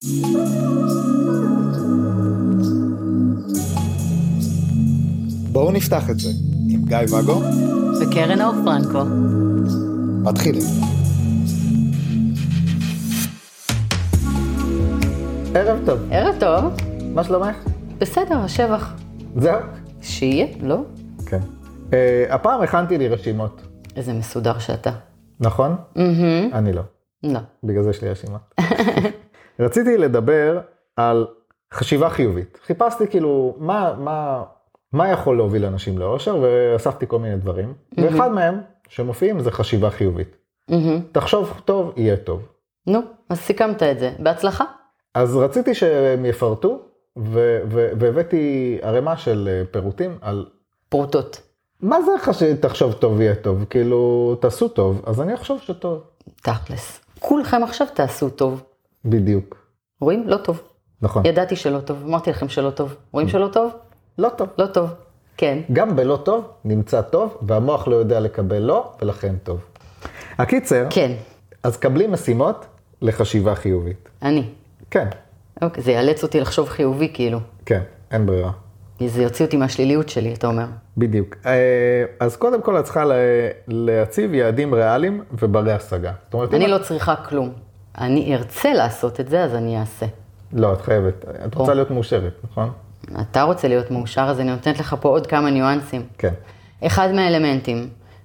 בואו נפתח את זה עם גיא וגו וקרן אור פרנקו. מתחילים. ערב טוב. ערב טוב. מה שלומך? בסדר, השבח. זהו? שיהיה, לא? כן. הפעם הכנתי לי רשימות. איזה מסודר שאתה. נכון? אני לא. לא. בגלל זה יש לי רשימות. רציתי לדבר על חשיבה חיובית. חיפשתי כאילו מה יכול להוביל אנשים לאושר, ואספתי כל מיני דברים. ואחד מהם שמופיעים זה חשיבה חיובית. תחשוב טוב, יהיה טוב. נו, אז סיכמת את זה. בהצלחה. אז רציתי שהם יפרטו, והבאתי הרמה של פירוטים על... פרוטות. מה זה תחשוב טוב, יהיה טוב? כאילו, תעשו טוב, אז אני אחשוב שטוב. תכלס. כולכם עכשיו תעשו טוב. בדיוק. רואים? לא טוב. נכון. ידעתי שלא טוב, אמרתי לכם שלא טוב. רואים שלא טוב? לא טוב. לא טוב. כן. גם בלא טוב נמצא טוב, והמוח לא יודע לקבל לא, ולכן טוב. הקיצר, כן. אז קבלי משימות לחשיבה חיובית. אני. כן. אוקיי, זה יאלץ אותי לחשוב חיובי כאילו. כן, אין ברירה. זה יוציא אותי מהשליליות שלי, אתה אומר. בדיוק. אז קודם כל את צריכה להציב יעדים ריאליים וברי השגה. אני לא צריכה כלום. אני ארצה לעשות את זה, אז אני אעשה. לא, את חייבת. את רוצה להיות מאושרת, נכון? אתה רוצה להיות מאושר, אז אני נותנת לך פה עוד כמה ניואנסים. כן. אחד מהאלמנטים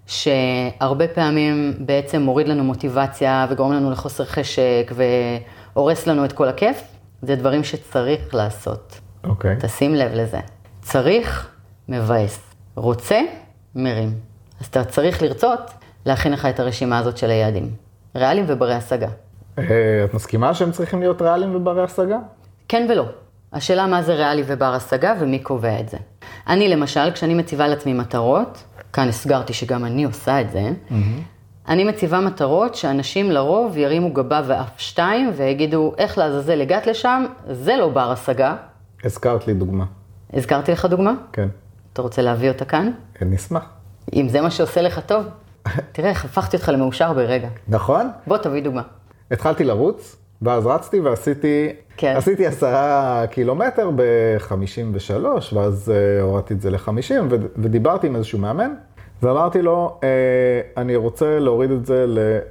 שהרבה פעמים בעצם מוריד לנו מוטיבציה וגורם לנו לחוסר חשק והורס לנו את כל הכיף, זה דברים שצריך לעשות. אוקיי. תשים לב לזה. צריך, מבאס. רוצה, מרים. אז אתה צריך לרצות להכין לך את הרשימה הזאת של היעדים. ריאליים וברי השגה. את מסכימה שהם צריכים להיות ריאליים וברי השגה? כן ולא. השאלה מה זה ריאלי ובר השגה ומי קובע את זה. אני למשל, כשאני מציבה לעצמי מטרות, כאן הסגרתי שגם אני עושה את זה, אני מציבה מטרות שאנשים לרוב ירימו גבה ואף שתיים ויגידו איך לעזאזל הגעת לשם, זה לא בר השגה. הזכרת לי דוגמה. הזכרתי לך דוגמה? כן. אתה רוצה להביא אותה כאן? נשמח. אם זה מה שעושה לך טוב. תראה איך הפכתי אותך למאושר ברגע. נכון? בוא תביא דוגמה. התחלתי לרוץ, ואז רצתי ועשיתי כן. עשיתי 10 קילומטר ב-53, ואז הורדתי את זה ל-50, ודיברתי עם איזשהו מאמן, ואמרתי לו, אני רוצה להוריד את זה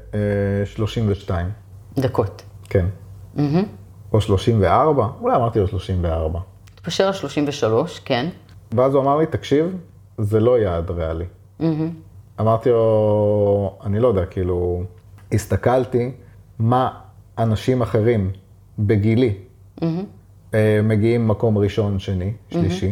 ל-32. דקות. כן. או 34, אולי אמרתי לו 34. תפשר על 33, כן. ואז הוא אמר לי, תקשיב, זה לא יעד ריאלי. אמרתי לו, אני לא יודע, כאילו, הסתכלתי מה אנשים אחרים בגילי מגיעים מקום ראשון, שני, שלישי,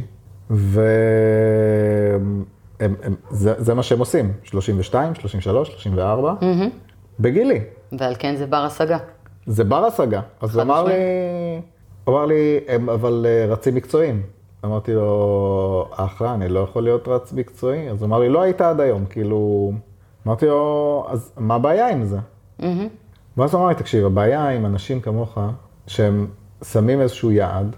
וזה מה שהם עושים, 32, 33, 34, בגילי. ועל כן זה בר השגה. זה בר השגה. אז הוא אמר לי, הם אבל רצים מקצועיים. אמרתי לו, אחלה, אני לא יכול להיות רץ מקצועי. אז הוא אמר לי, לא היית עד היום, כאילו, אמרתי לו, אז מה הבעיה עם זה? ואז הוא אמר לי, תקשיב, הבעיה עם אנשים כמוך, שהם שמים איזשהו יעד,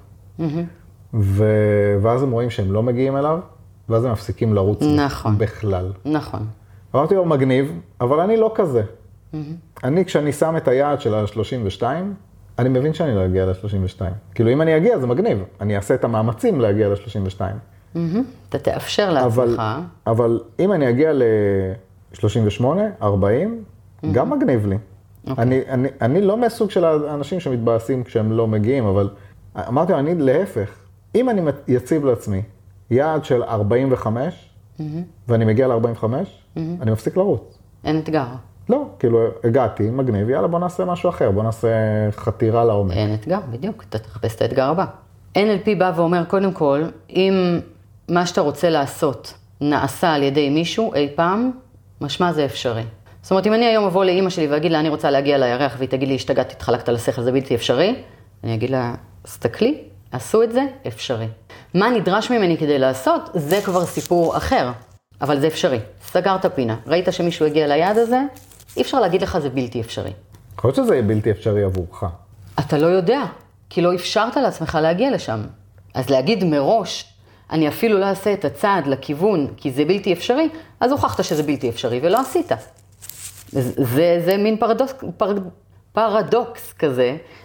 ואז הם רואים שהם לא מגיעים אליו, ואז הם מפסיקים לרוץ בכלל. נכון. אמרתי לו, מגניב, אבל אני לא כזה. כשאני שם את היעד של ה-32, אני מבין שאני לא אגיע ל-32. כאילו, אם אני אגיע, זה מגניב. אני אעשה את המאמצים להגיע ל-32. אתה תאפשר לעצמך. אבל אם אני אגיע ל-38, 40, גם מגניב לי. אני לא מהסוג של האנשים שמתבאסים כשהם לא מגיעים, אבל אמרתי, אני להפך. אם אני יציב לעצמי יעד של 45, ואני מגיע ל-45, אני מפסיק לרוץ. אין אתגר. לא, כאילו הגעתי, מגניב, יאללה בוא נעשה משהו אחר, בוא נעשה חתירה לעומק. אין אתגר, בדיוק, אתה תחפש את האתגר הבא. NLP בא ואומר, קודם כל, אם מה שאתה רוצה לעשות נעשה על ידי מישהו אי פעם, משמע זה אפשרי. זאת אומרת, אם אני היום אבוא לאמא שלי ואגיד לה, אני רוצה להגיע לירח, והיא תגיד לי, השתגעת, התחלקת לשכל, זה בלתי אפשרי, אני אגיד לה, סתכלי, עשו את זה, אפשרי. מה נדרש ממני כדי לעשות, זה כבר סיפור אחר, אבל זה אפשרי. סגרת פינה, ראית שמישהו הגיע ליעד הזה, אי אפשר להגיד לך זה בלתי אפשרי. יכול להיות שזה יהיה בלתי אפשרי עבורך. אתה לא יודע, כי לא אפשרת לעצמך להגיע לשם. אז להגיד מראש, אני אפילו לא אעשה את הצעד לכיוון, כי זה בלתי אפשרי, אז הוכחת שזה בלתי אפשרי ולא עשית. זה מין פרדוקס כזה,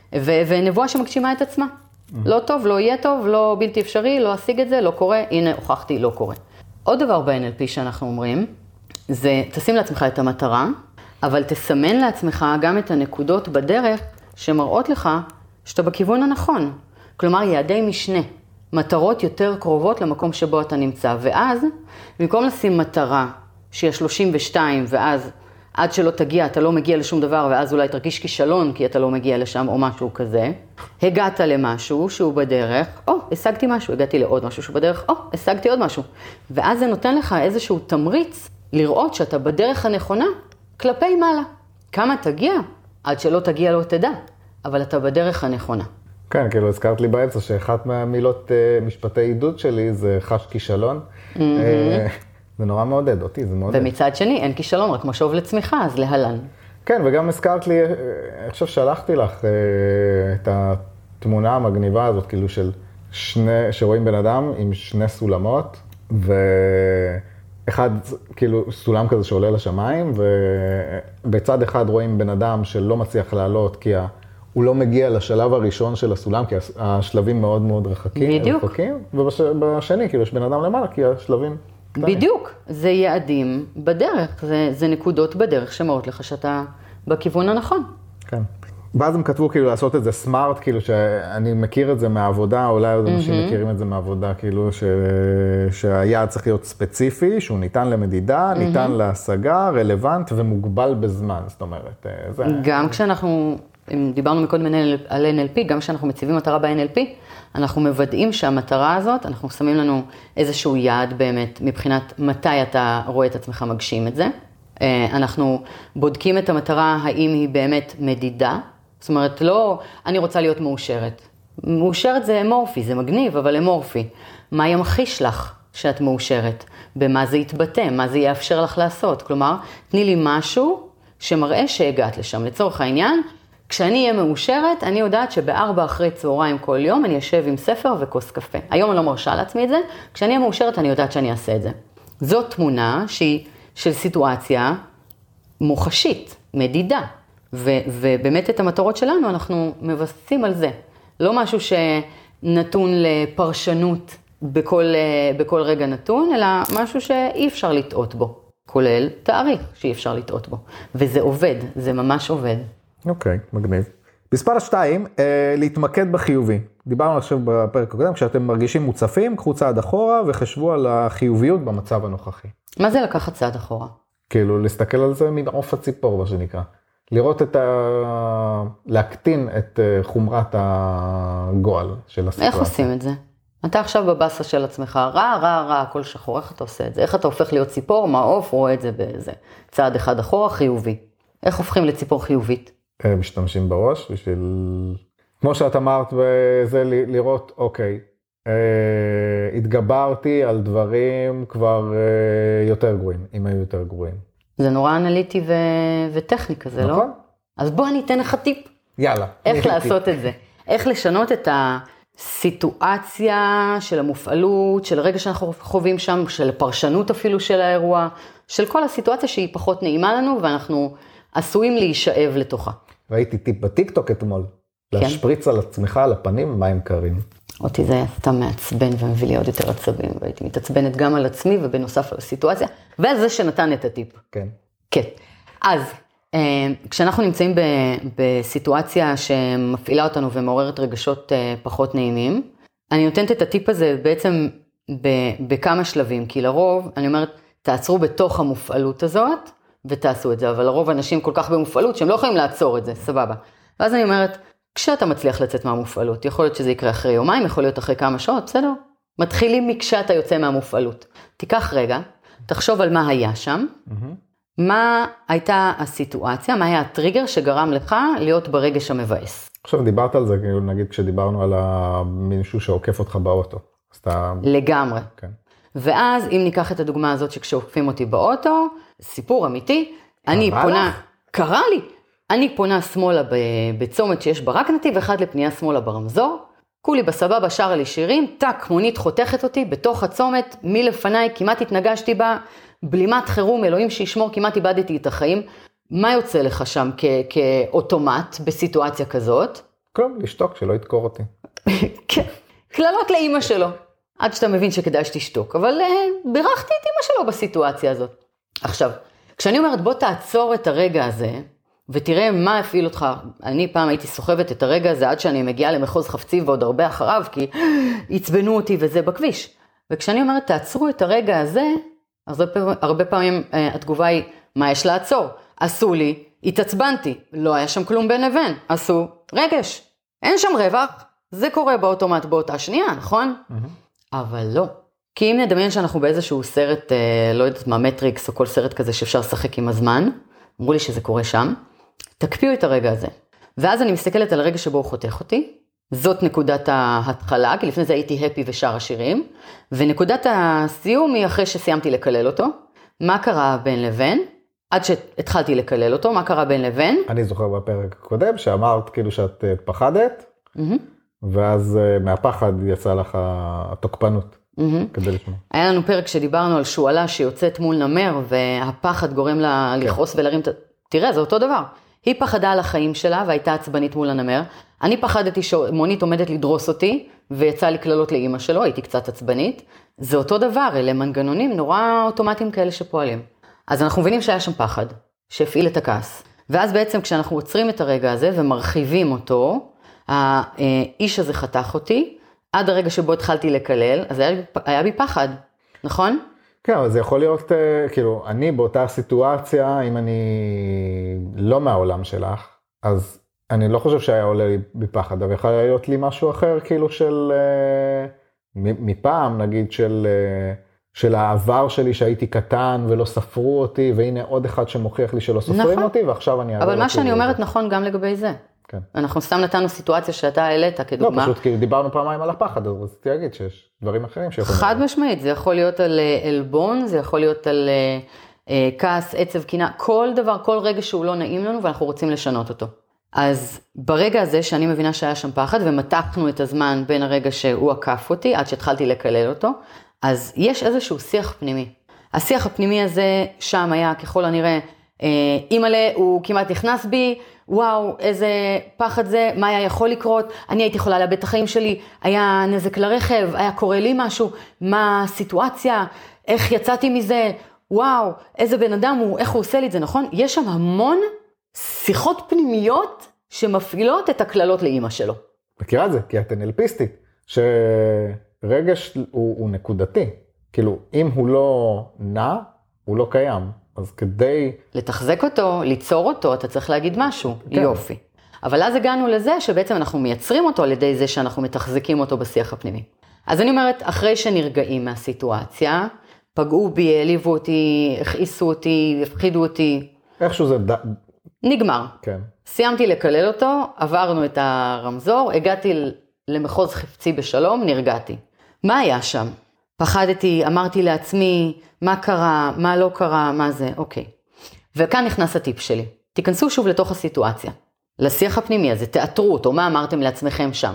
ונבואה שמגשימה את עצמה. לא טוב, לא יהיה טוב, לא בלתי אפשרי, לא אשיג את זה, לא קורה, הנה הוכחתי, לא קורה. עוד דבר ב-NLP שאנחנו אומרים, זה תשים לעצמך את המטרה, אבל תסמן לעצמך גם את הנקודות בדרך שמראות לך שאתה בכיוון הנכון. כלומר, יעדי משנה, מטרות יותר קרובות למקום שבו אתה נמצא. ואז, במקום לשים מטרה שהיא 32, ואז עד שלא תגיע, אתה לא מגיע לשום דבר, ואז אולי תרגיש כישלון כי אתה לא מגיע לשם או משהו כזה, הגעת למשהו שהוא בדרך, השגתי משהו, הגעתי לעוד משהו שהוא בדרך, השגתי עוד משהו. ואז זה נותן לך איזשהו תמריץ לראות שאתה בדרך הנכונה כלפי מעלה. כמה תגיע? עד שלא תגיע לא תדע, אבל אתה בדרך הנכונה. כן, כאילו הזכרת לי באמצע שאחת מהמילות משפטי עידוד שלי זה חש כישלון. זה נורא מעודד אותי, זה מעודד. ומצד שני, אין כישלון, רק משוב לצמיחה, אז להלן. כן, וגם הזכרת לי, עכשיו שלחתי לך את התמונה המגניבה הזאת, כאילו שרואים בן אדם עם שני סולמות, ואחד, כאילו סולם כזה שעולה לשמיים, ובצד אחד רואים בן אדם שלא מצליח לעלות, כי הוא לא מגיע לשלב הראשון של הסולם, כי השלבים מאוד מאוד רחקים. בדיוק. ובשני, כאילו יש בן אדם למעלה, כי השלבים קטנים. בדיוק, זה יעדים בדרך, זה נקודות בדרך שמראות לך שאתה בכיוון הנכון. כן. ואז הם כתבו כאילו לעשות את זה סמארט, כאילו שאני מכיר את זה מהעבודה, אולי עוד אנשים מכירים את זה מהעבודה, כאילו שהיעד צריך להיות ספציפי, שהוא ניתן למדידה, ניתן להשגה, רלוונט ומוגבל בזמן, זאת אומרת. גם כשאנחנו, אם דיברנו מקודם על NLP, גם כשאנחנו מציבים מטרה ב-NLP, אנחנו מוודאים שהמטרה הזאת, אנחנו שמים לנו איזשהו יעד באמת, מבחינת מתי אתה רואה את עצמך מגשים את זה. אנחנו בודקים את המטרה, האם היא באמת מדידה. זאת אומרת, לא, אני רוצה להיות מאושרת. מאושרת זה אמורפי, זה מגניב, אבל אמורפי. מה ימחיש לך שאת מאושרת? במה זה יתבטא? מה זה יאפשר לך לעשות? כלומר, תני לי משהו שמראה שהגעת לשם. לצורך העניין, כשאני אהיה מאושרת, אני יודעת שב4 אחרי צהריים כל יום אני אשב עם ספר וכוס קפה. היום אני לא מרשה לעצמי את זה, כשאני אהיה מאושרת אני יודעת שאני אעשה את זה. זאת תמונה שהיא של סיטואציה מוחשית, מדידה. ובאמת את המטרות שלנו אנחנו מבססים על זה. לא משהו שנתון לפרשנות בכל רגע נתון, אלא משהו שאי אפשר לטעות בו, כולל תאריך שאי אפשר לטעות בו. וזה עובד, זה ממש עובד. אוקיי, מגניב. מספר 2, להתמקד בחיובי. דיברנו עכשיו בפרק הקודם, כשאתם מרגישים מוצפים, קחו צעד אחורה וחשבו על החיוביות במצב הנוכחי. מה זה לקחת צעד אחורה? כאילו, להסתכל על זה מעוף הציפור, מה שנקרא. לראות להקטין את חומרת הגועל של הסיטואציה. איך עושים את זה? אתה עכשיו בבאסה של עצמך, רע, הכל שחור, איך אתה עושה את זה? איך אתה הופך להיות ציפור, מעוף, רואה את זה באיזה צעד אחד אחורה, חיובי. איך הופכים לציפור חיובית? משתמשים בראש בשביל, כמו שאת אמרת, זה לראות, אוקיי, התגברתי על דברים כבר יותר גרועים, אם היו יותר גרועים. זה נורא אנליטי וטכני כזה, לא? נכון. אז בוא אני אתן לך טיפ. יאללה. איך לעשות את זה. איך לשנות את הסיטואציה של המופעלות, של הרגע שאנחנו חווים שם, של הפרשנות אפילו של האירוע, של כל הסיטואציה שהיא פחות נעימה לנו, ואנחנו עשויים להישאב לתוכה. ראיתי טיפ בטיקטוק אתמול, להשפריץ על עצמך, על הפנים, מים קרים. אותי זה היה סתם מעצבן ומביא לי עוד יותר עצבים, והייתי מתעצבנת גם על עצמי ובנוסף על הסיטואציה, ועל זה שנתן את הטיפ. כן. כן. אז, כשאנחנו נמצאים בסיטואציה שמפעילה אותנו ומעוררת רגשות פחות נעימים, אני נותנת את הטיפ הזה בעצם בכמה שלבים, כי לרוב, אני אומרת, תעצרו בתוך המופעלות הזאת, ותעשו את זה, אבל לרוב אנשים כל כך במופעלות שהם לא יכולים לעצור את זה, סבבה. ואז אני אומרת, כשאתה מצליח לצאת מהמופעלות, יכול להיות שזה יקרה אחרי יומיים, יכול להיות אחרי כמה שעות, בסדר? מתחילים מכשאתה יוצא מהמופעלות. תיקח רגע, תחשוב על מה היה שם, מה הייתה הסיטואציה, מה היה הטריגר שגרם לך להיות ברגש המבאס. עכשיו דיברת על זה, נגיד כשדיברנו על מישהו שעוקף אותך באוטו. לגמרי. כן. ואז אם ניקח את הדוגמה הזאת שכשעוקפים אותי באוטו, סיפור אמיתי, אני פונה, קרה לי, אני פונה שמאלה בצומת שיש בה רק נתיב אחד לפנייה שמאלה ברמזור, כולי בסבבה שר לי שירים, טק, מונית חותכת אותי בתוך הצומת, מלפניי כמעט התנגשתי בה, בלימת חירום, אלוהים שישמור, כמעט איבדתי את החיים. מה יוצא לך שם כאוטומט בסיטואציה כזאת? כלום, לשתוק, שלא ידקור אותי. כן, כללות לאמא שלו, עד שאתה מבין שכדאי שתשתוק, אבל בירכתי את אמא שלו בסיטואציה הזאת. עכשיו, כשאני אומרת בוא תעצור את הרגע הזה, ותראה מה הפעיל אותך, אני פעם הייתי סוחבת את הרגע הזה עד שאני מגיעה למחוז חפצי ועוד הרבה אחריו, כי הצבנו אותי וזה בכביש. וכשאני אומרת תעצרו את הרגע הזה, אז הרבה פעמים התגובה היא, מה יש לעצור? עשו לי, התעצבנתי, לא היה שם כלום בין לבין, עשו רגש, אין שם רווח, זה קורה באוטומט באותה שנייה, נכון? אבל לא. כי אם נדמיין שאנחנו באיזשהו סרט, לא יודעת מה, מטריקס או כל סרט כזה שאפשר לשחק עם הזמן, אמרו לי שזה קורה שם, תקפיאו את הרגע הזה. ואז אני מסתכלת על הרגע שבו הוא חותך אותי, זאת נקודת ההתחלה, כי לפני זה הייתי הפי ושר השירים, ונקודת הסיום היא אחרי שסיימתי לקלל אותו, מה קרה בין לבין, עד שהתחלתי לקלל אותו, מה קרה בין לבין. אני זוכר בפרק הקודם שאמרת כאילו שאת פחדת, ואז מהפחד יצא לך התוקפנות. כדי לשמוע. היה לנו פרק שדיברנו על שואלה שיוצאת מול נמר, והפחד גורם לה לכעוס ולהרים, תראה, זה אותו דבר. היא פחדה על החיים שלה, והייתה עצבנית מול הנמר. אני פחדתי שמונית עומדת לדרוס אותי, ויצא לי כללות לאמא שלו, הייתי קצת עצבנית. זה אותו דבר, אלה מנגנונים נורא אוטומטיים כאלה שפועלים. אז אנחנו מבינים שהיה שם פחד, שהפעיל את הכעס. ואז בעצם כשאנחנו עוצרים את הרגע הזה, ומרחיבים אותו, האיש הזה חתך אותי, עד הרגע שבו התחלתי לקלל, אז היה בי פחד, נכון? כן, אבל זה יכול להיות, כאילו, אני באותה סיטואציה, אם אני לא מהעולם שלך, אז אני לא חושב שהיה עולה לי בפחד, אבל יכול להיות לי משהו אחר, כאילו של, מפעם, נגיד, של העבר שלי שהייתי קטן ולא ספרו אותי, והנה עוד אחד שמוכיח לי שלא סופרים נכון. אותי, ועכשיו אני... אבל מה שאני אומרת נכון גם לגבי זה. כן. אנחנו סתם נתנו סיטואציה שאתה העלית כדוגמה. לא, פשוט כי דיברנו פעמיים על הפחד, אז רציתי להגיד שיש דברים אחרים שיכולים... חד משמעית, זה יכול להיות על אלבון, זה יכול להיות על כעס, עצב, קינה, כל דבר, כל רגע שהוא לא נעים לנו ואנחנו רוצים לשנות אותו. אז ברגע הזה שאני מבינה שהיה שם פחד ומתחנו את הזמן בין הרגע שהוא עקף אותי עד שהתחלתי לקלל אותו, אז יש איזשהו שיח פנימי. השיח הפנימי הזה שם היה ככל הנראה, אימאלה הוא כמעט נכנס בי, וואו, איזה פחד זה, מה היה יכול לקרות, אני הייתי יכולה לאבד את החיים שלי, היה נזק לרכב, היה קורה לי משהו, מה הסיטואציה, איך יצאתי מזה, וואו, איזה בן אדם הוא, איך הוא עושה לי את זה, נכון? יש שם המון שיחות פנימיות שמפעילות את הכללות לאמא שלו. מכירה את זה, כי את NLPיסטית, שרגש הוא נקודתי, כאילו אם הוא לא נע, הוא לא קיים. אז כדי... לתחזק אותו, ליצור אותו, אתה צריך להגיד משהו, כן. יופי. אבל אז הגענו לזה שבעצם אנחנו מייצרים אותו על ידי זה שאנחנו מתחזקים אותו בשיח הפנימי. אז אני אומרת, אחרי שנרגעים מהסיטואציה, פגעו בי, העליבו אותי, הכעיסו אותי, הפחידו אותי. איכשהו זה... נגמר. כן. סיימתי לקלל אותו, עברנו את הרמזור, הגעתי למחוז חפצי בשלום, נרגעתי. מה היה שם? פחדתי, אמרתי לעצמי, מה קרה, מה לא קרה, מה זה, אוקיי. וכאן נכנס הטיפ שלי. תיכנסו שוב לתוך הסיטואציה. לשיח הפנימי הזה, תאתרו אותו, מה אמרתם לעצמכם שם.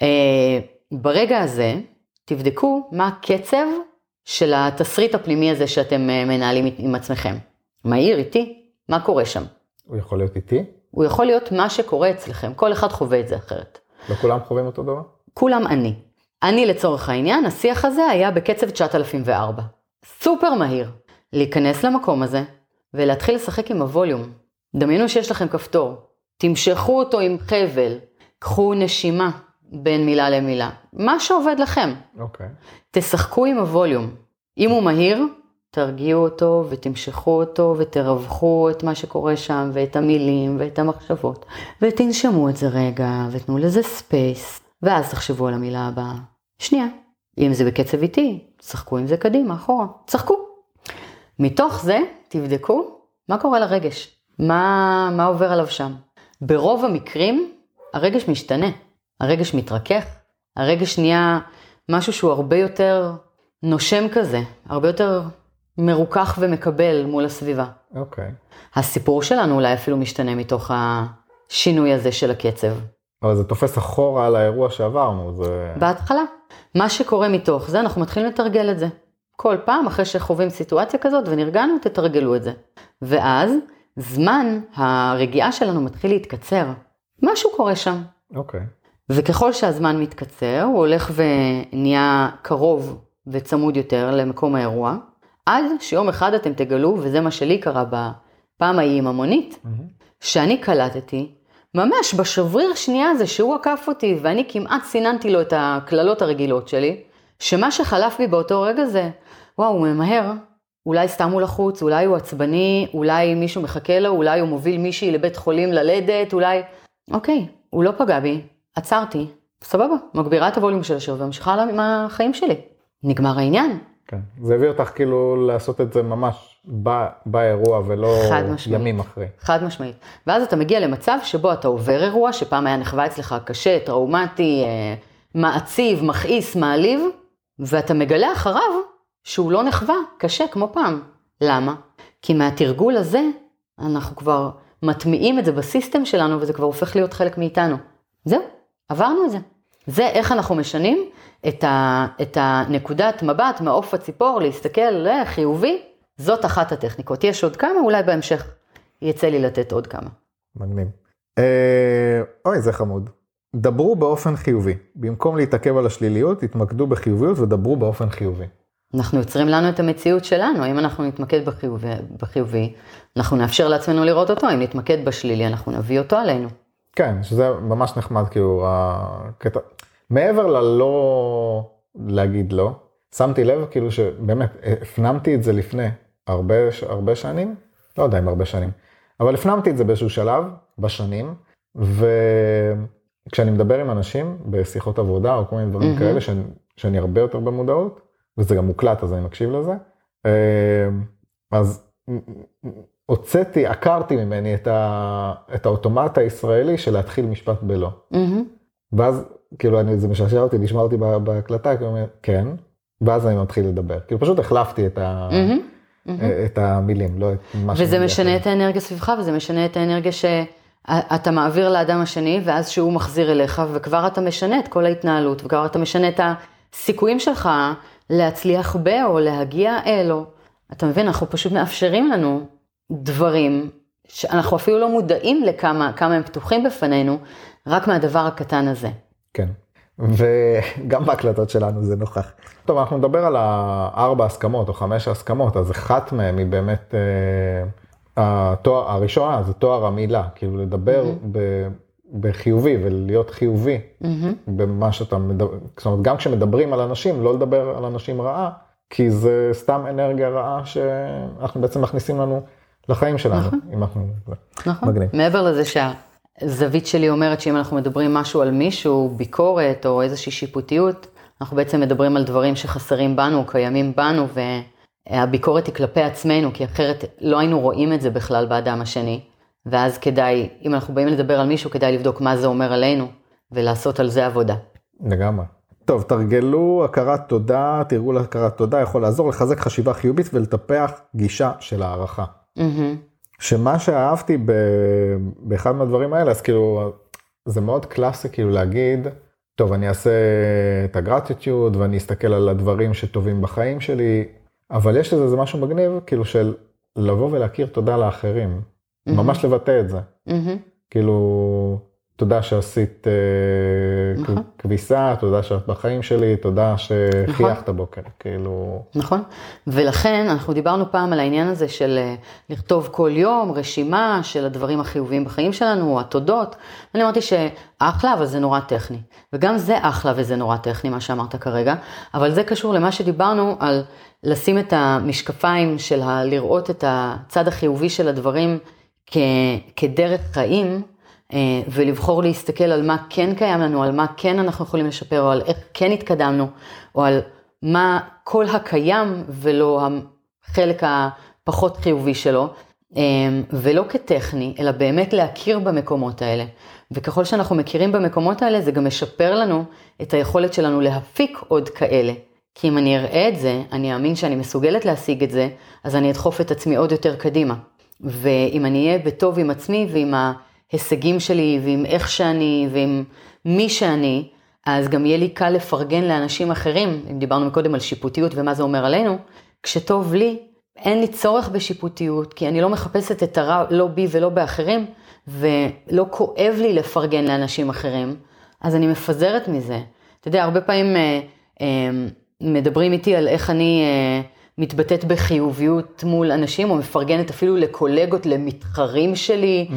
ברגע הזה, תבדקו מה הקצב של התסריט הפנימי הזה שאתם מנהלים עם עצמכם. מהיר, איתי, מה קורה שם? הוא יכול להיות איתי? הוא יכול להיות מה שקורה אצלכם, כל אחד חווה את זה אחרת. לא כולם חווים אותו דבר? כולם אני לצורך העניין, השיח הזה היה בקצב 9004. סופר מהיר. להיכנס למקום הזה ולהתחיל לשחק עם הווליום. דמיינו שיש לכם כפתור. תמשכו אותו עם חבל. קחו נשימה בין מילה למילה. מה שעובד לכם. אוקיי. תשחקו עם הווליום. אם הוא מהיר, תרגיעו אותו ותמשכו אותו ותרווחו את מה שקורה שם ואת המילים ואת המחשבות. ותנשמו את זה רגע ותנו לזה ספייס. ואז תחשבו על המילה הבאה. שנייה. אם זה בקצב איתי, תשחקו עם זה קדימה, אחורה. תשחקו. מתוך זה, תבדקו מה קורה לרגש. מה עובר עליו שם. ברוב המקרים, הרגש משתנה. הרגש מתרכך. הרגש נהיה משהו שהוא הרבה יותר נושם כזה. הרבה יותר מרוכך ומקבל מול הסביבה. אוקיי. הסיפור שלנו אולי אפילו משתנה מתוך השינוי הזה של הקצב. אבל זה תופס אחורה על האירוע שעברנו. זה... בהתחלה. מה שקורה מתוך זה, אנחנו מתחילים לתרגל את זה. כל פעם אחרי שחווים סיטואציה כזאת ונרגענו, תתרגלו את זה. ואז זמן הרגיעה שלנו מתחיל להתקצר. משהו קורה שם. אוקיי. וככל שהזמן מתקצר, הוא הולך ונהיה קרוב וצמוד יותר למקום האירוע, עד שיום אחד אתם תגלו, וזה מה שלי קרה בפעם ההיא עם המונית, שאני קלטתי, ממש בשבריר שנייה הזה שהוא עקף אותי, ואני כמעט סיננתי לו את הכללות הרגילות שלי, שמה שחלף בי באותו רגע זה, וואו, הוא ממהר, אולי סתם הוא לחוץ, אולי הוא עצבני, אולי מישהו מחכה לו, אולי הוא מוביל מישהי לבית חולים ללדת, אולי... אוקיי, הוא לא פגע בי, עצרתי, סבבה, מגבירה את הווליום של השיר וממשיכה הלאה עם החיים שלי. נגמר העניין. כן, זה הביא אותך כאילו לעשות את זה ממש באירוע ולא ימים אחרי. חד משמעית. ואז אתה מגיע למצב שבו אתה עובר אירוע, שפעם היה נחווה אצלך קשה, טראומטי, מעציב, מכעיס, מעליב, ואתה מגלה אחריו שהוא לא נחווה קשה כמו פעם. למה? כי מהתרגול הזה אנחנו כבר מטמיעים את זה בסיסטם שלנו, וזה כבר הופך להיות חלק מאיתנו. זהו, עברנו את זה. זה איך אנחנו משנים את הנקודת מבט מעוף הציפור, להסתכל לחיובי, זאת אחת הטכניקות. יש עוד כמה, אולי בהמשך יצא לי לתת עוד כמה. מגניב. אוי, זה חמוד. דברו באופן חיובי. במקום להתעכב על השליליות, תתמקדו בחיוביות ודברו באופן חיובי. אנחנו יוצרים לנו את המציאות שלנו. אם אנחנו נתמקד בחיובי, אנחנו נאפשר לעצמנו לראות אותו. אם נתמקד בשלילי, אנחנו נביא אותו עלינו. כן, שזה ממש נחמד, כאילו, הקטע... מעבר ללא להגיד לא, שמתי לב, כאילו שבאמת, הפנמתי את זה לפני הרבה שנים, לא יודע אם הרבה שנים, אבל הפנמתי את זה באיזשהו שלב, בשנים, וכשאני מדבר עם אנשים, בשיחות עבודה, או כל מיני דברים כאלה, שאני הרבה יותר במודעות, וזה גם מוקלט, אז אני מקשיב לזה, אז עקרתי ממני את האוטומט הישראלי של להתחיל משפט בלא. ואז, כאילו, זה משעשע אותי, לשמוע אותי בהקלטה, כאילו, כן, ואז אני מתחיל לדבר. כאילו, פשוט החלפתי את המילים, לא את מה שאני... וזה משנה את האנרגיה סביבך, וזה משנה את האנרגיה שאתה מעביר לאדם השני, ואז שהוא מחזיר אליך, וכבר אתה משנה את כל ההתנהלות, וכבר אתה משנה את הסיכויים שלך להצליח או להגיע אלו. אתה מבין, אנחנו פשוט מאפשרים לנו דברים שאנחנו אפילו לא מודעים לכמה הם פתוחים בפנינו, רק מהדבר הקטן הזה. כן. וגם בהקלטות שלנו זה נוכח. טוב, אנחנו נדבר על 4 הסכמות או 5 הסכמות, אז אחת מהן היא באמת, הראשונה זה תואר המילה, כאילו לדבר בחיובי ולהיות חיובי במה שאתה מדבר, זאת אומרת, גם כשמדברים על אנשים, לא לדבר על אנשים רעה, כי זה סתם אנרגיה רעה שאנחנו בעצם מכניסים לנו לחיים שלנו. נכון. מעבר לזה הזווית שלי אומרת שאם אנחנו מדברים משהו על מישהו, ביקורת או איזושהי שיפוטיות, אנחנו בעצם מדברים על דברים שחסרים בנו, קיימים בנו, והביקורת היא כלפי עצמנו, כי אחרת לא היינו רואים את זה בכלל באדם השני. ואז כדאי, אם אנחנו באים לדבר על מישהו, כדאי לבדוק מה זה אומר עלינו, ולעשות על זה עבודה. לגמרי. טוב, תרגלו הכרת תודה, תרגול הכרת תודה יכול לעזור לחזק חשיבה חיובית ולטפח גישה של הערכה. שמה שאהבתי באחד מהדברים האלה, אז כאילו, זה מאוד קלאסי כאילו להגיד, טוב, אני אעשה את הגרטיטיוד, ואני אסתכל על הדברים שטובים בחיים שלי, אבל יש לזה משהו מגניב, כאילו של לבוא ולהכיר תודה לאחרים, ממש לבטא את זה. כאילו, תודה שעשית כביסה, תודה שאת בחיים שלי, תודה שחייכת בוקר, כאילו... נכון, ולכן אנחנו דיברנו פעם על העניין הזה של לכתוב כל יום רשימה של הדברים החיוביים בחיים שלנו, התודות. אני אמרתי שאחלה, אבל זה נורא טכני. וגם זה אחלה וזה נורא טכני, מה שאמרת כרגע, אבל זה קשור למה שדיברנו על לשים את המשקפיים של לראות את הצד החיובי של הדברים כדרך חיים, ולבחור להסתכל על מה כן קיים לנו, על מה כן אנחנו יכולים לשפר, או על איך כן התקדמנו, או על מה כל הקיים ולא החלק הפחות חיובי שלו, ולא כטכני, אלא באמת להכיר במקומות האלה. וככל שאנחנו מכירים במקומות האלה, זה גם משפר לנו את היכולת שלנו להפיק עוד כאלה. כי אם אני אראה את זה, אני אאמין שאני מסוגלת להשיג את זה, אז אני אדחוף את עצמי עוד יותר קדימה. ואם אני אהיה בטוב עם עצמי ועם ההישגים שלי ועם איך שאני ועם מי שאני, אז גם יהיה לי קל לפרגן לאנשים אחרים, אם דיברנו מקודם על שיפוטיות ומה זה אומר עלינו, כשטוב לי, אין לי צורך בשיפוטיות, כי אני לא מחפשת את הרע לא בי ולא באחרים, ולא כואב לי לפרגן לאנשים אחרים, אז אני מפזרת מזה. אתה יודע, הרבה פעמים מדברים איתי על איך אני מתבטאת בחיוביות מול אנשים, או מפרגנת אפילו לקולגות, למתחרים שלי,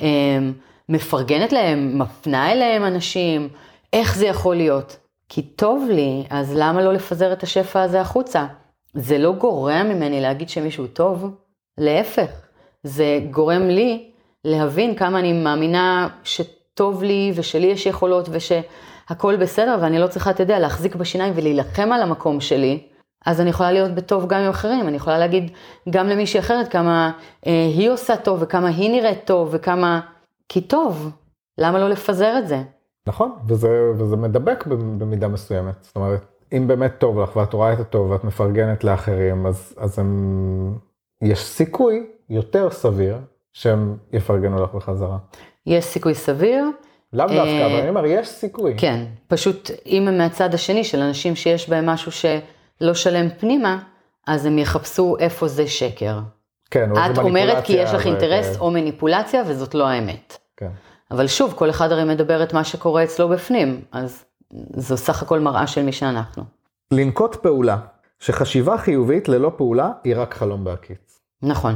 מפרגנת להם, מפנה אליהם אנשים, איך זה יכול להיות? כי טוב לי, אז למה לא לפזר את השפע הזה החוצה? זה לא גורם ממני להגיד שמישהו טוב, להפך. זה גורם לי להבין כמה אני מאמינה שטוב לי, ושלי יש יכולות, ושהכל בסדר, ואני לא צריכה, אתה יודע, להחזיק בשיניים ולהילחם על המקום שלי, אז אני יכולה להיות בטוב גם עם אחרים, אני יכולה להגיד גם למישהי אחרת כמה היא עושה טוב, וכמה היא נראית טוב, וכמה... כי טוב, למה לא לפזר את זה? נכון, וזה מדבק במידה מסוימת. זאת אומרת, אם באמת טוב לך, ואת רואה את הטוב, ואת מפרגנת לאחרים, אז יש סיכוי יותר סביר שהם יפרגנו לך בחזרה. יש סיכוי סביר. לאו דווקא, אבל אני אומר, יש סיכוי. כן, פשוט אם הם מהצד השני של אנשים שיש בהם משהו שלא שלם פנימה, אז הם יחפשו איפה זה שקר. כן, או זה את אומרת כי יש לך אינטרס או מניפולציה, וזאת לא האמת. כן. אבל שוב, כל אחד הרי מדבר את מה שקורה אצלו בפנים, אז זו סך הכל מראה של מי שאנחנו. לנקוט פעולה, שחשיבה חיובית ללא פעולה היא רק חלום בהקיץ. נכון.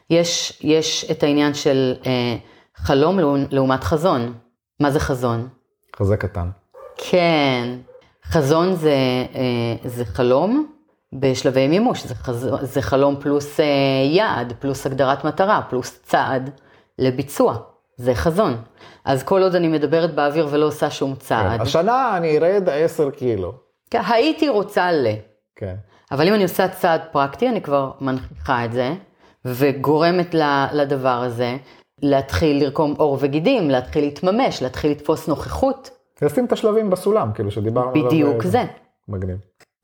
יש את העניין של חלום לעומת חזון. מה זה חזון? חזה קטן. כן. חזון זה חלום בשלבי מימוש. זה חלום פלוס יעד, פלוס הגדרת מטרה, פלוס צעד לביצוע. זה חזון. אז כל עוד אני מדברת באוויר ולא עושה שום צעד. כן. השנה אני ארד 10 קילו. כן, הייתי רוצה כן. אבל אם אני עושה צעד פרקטי, אני כבר מנחיכה את זה, וגורמת לדבר הזה, להתחיל לרקום עור וגידים, להתחיל להתממש, להתחיל לתפוס נוכחות. לשים את השלבים בסולם, כאילו שדיברנו עליו. בדיוק זה. מגניב.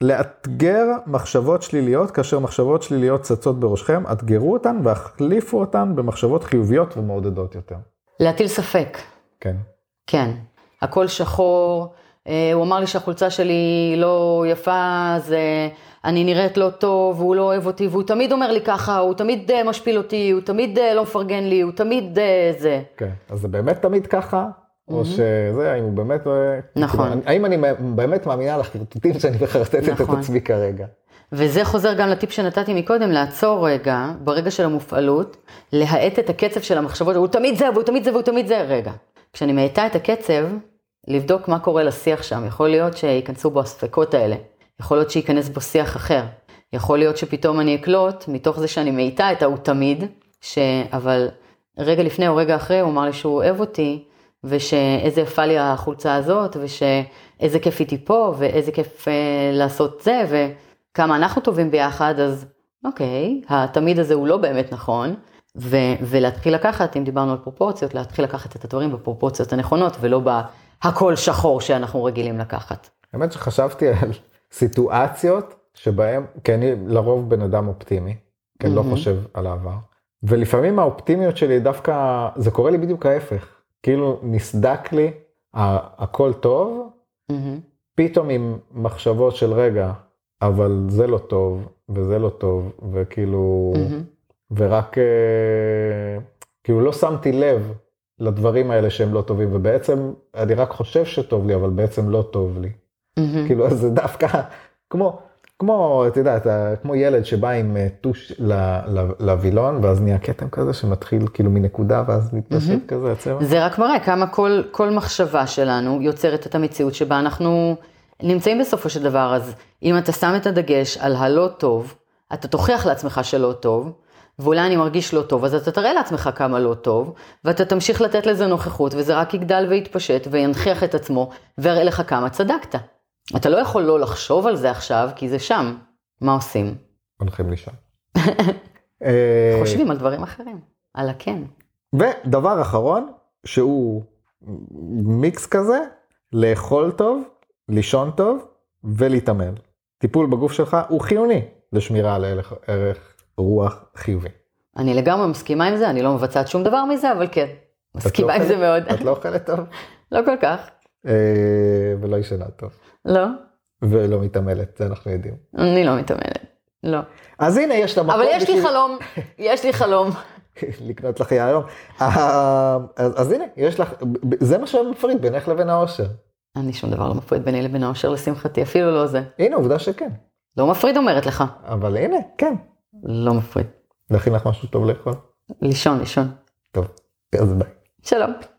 לאתגר מחשבות שליליות, כאשר מחשבות שליליות צצות בראשכם, אתגרו אותן והחליפו אותן במחשבות חיוביות ומעודדות יותר. להטיל ספק. כן. כן. הכל שחור, הוא אמר לי שהחולצה שלי לא יפה, אז אני נראית לא טוב, והוא לא אוהב אותי, והוא תמיד אומר לי ככה, הוא תמיד משפיל אותי, הוא תמיד לא מפרגן לי, הוא תמיד זה. כן, אז זה באמת תמיד ככה, או שזה, האם הוא באמת... נכון. האם אני באמת מאמינה לחרטוטים שאני מחרטטת את עצמי כרגע? וזה חוזר גם לטיפ שנתתי מקודם, לעצור רגע, ברגע של המופעלות, להאט את הקצב של המחשבות, הוא תמיד זה, והוא תמיד זה, והוא תמיד זה, רגע. כשאני מאטה את הקצב, לבדוק מה קורה לשיח שם, יכול להיות שיכנסו בו הספקות האלה, יכול להיות שיכנס בו שיח אחר, יכול להיות שפתאום אני אקלוט, מתוך זה שאני מאיתה את ההוא תמיד, אבל רגע לפני או רגע אחרי הוא אמר לי שהוא אוהב אותי, ושאיזה יפה לי החולצה הזאת, ושאיזה כיף איתי פה, ואיזה כיף לעשות זה, וכמה אנחנו טובים ביחד, אז אוקיי, התמיד הזה הוא לא באמת נכון, ולהתחיל לקחת, אם דיברנו על פרופורציות, להתחיל לקחת את הדברים בפרופורציות הנכונות, ולא בהכל שחור שאנחנו רגילים לקחת. האמת שחשבתי על סיטואציות שבהם, כי אני לרוב בן אדם אופטימי, כי אני לא חושב על העבר, ולפעמים האופטימיות שלי דווקא, זה קורה לי בדיוק ההפך, כאילו נסדק לי, הכל טוב, פתאום עם מחשבות של רגע, אבל זה לא טוב, וזה לא טוב, וכאילו, ורק, כאילו לא שמתי לב לדברים האלה שהם לא טובים, ובעצם אני רק חושב שטוב לי, אבל בעצם לא טוב לי. כאילו, זה דווקא, כמו, אתה יודע, כמו ילד שבא עם טוש לווילון, ואז נהיה קטם כזה שמתחיל כאילו מנקודה, ואז מתפשט כזה הצבע. זה רק מראה כמה כל מחשבה שלנו יוצרת את המציאות שבה אנחנו נמצאים בסופו של דבר. אז אם אתה שם את הדגש על הלא טוב, אתה תוכיח לעצמך שלא טוב, ואולי אני מרגיש לא טוב, אז אתה תראה לעצמך כמה לא טוב, ואתה תמשיך לתת לזה נוכחות, וזה רק יגדל ויתפשט, וינחיח את עצמו, ויראה לך כמה צדקת. אתה לא יכול לא לחשוב על זה עכשיו, כי זה שם. מה עושים? הולכים לי שם. חושבים על דברים אחרים, על הכן. ודבר אחרון, שהוא מיקס כזה, לאכול טוב, לישון טוב, ולהתאמן. טיפול בגוף שלך הוא חיוני לשמירה על ערך רוח חיובי. אני לגמרי מסכימה עם זה, אני לא מבצעת שום דבר מזה, אבל כן, מסכימה עם זה מאוד. את לא אוכלת טוב? לא כל כך. ולא ישנה טוב. לא. ולא מתעמלת, זה אנחנו יודעים. אני לא מתעמלת, לא. אז הנה יש את המקום. אבל יש לי חלום, יש לי חלום. לקנות לך יהלום. אז הנה, יש לך, זה מה שמפריד בינך לבין האושר. אני שום דבר לא מפריד ביני לבין האושר לשמחתי, אפילו לא זה. הנה, עובדה שכן. לא מפריד אומרת לך. אבל הנה, כן. לא מפריד. להכין לך משהו טוב לאכול? לישון. טוב, אז ביי. שלום.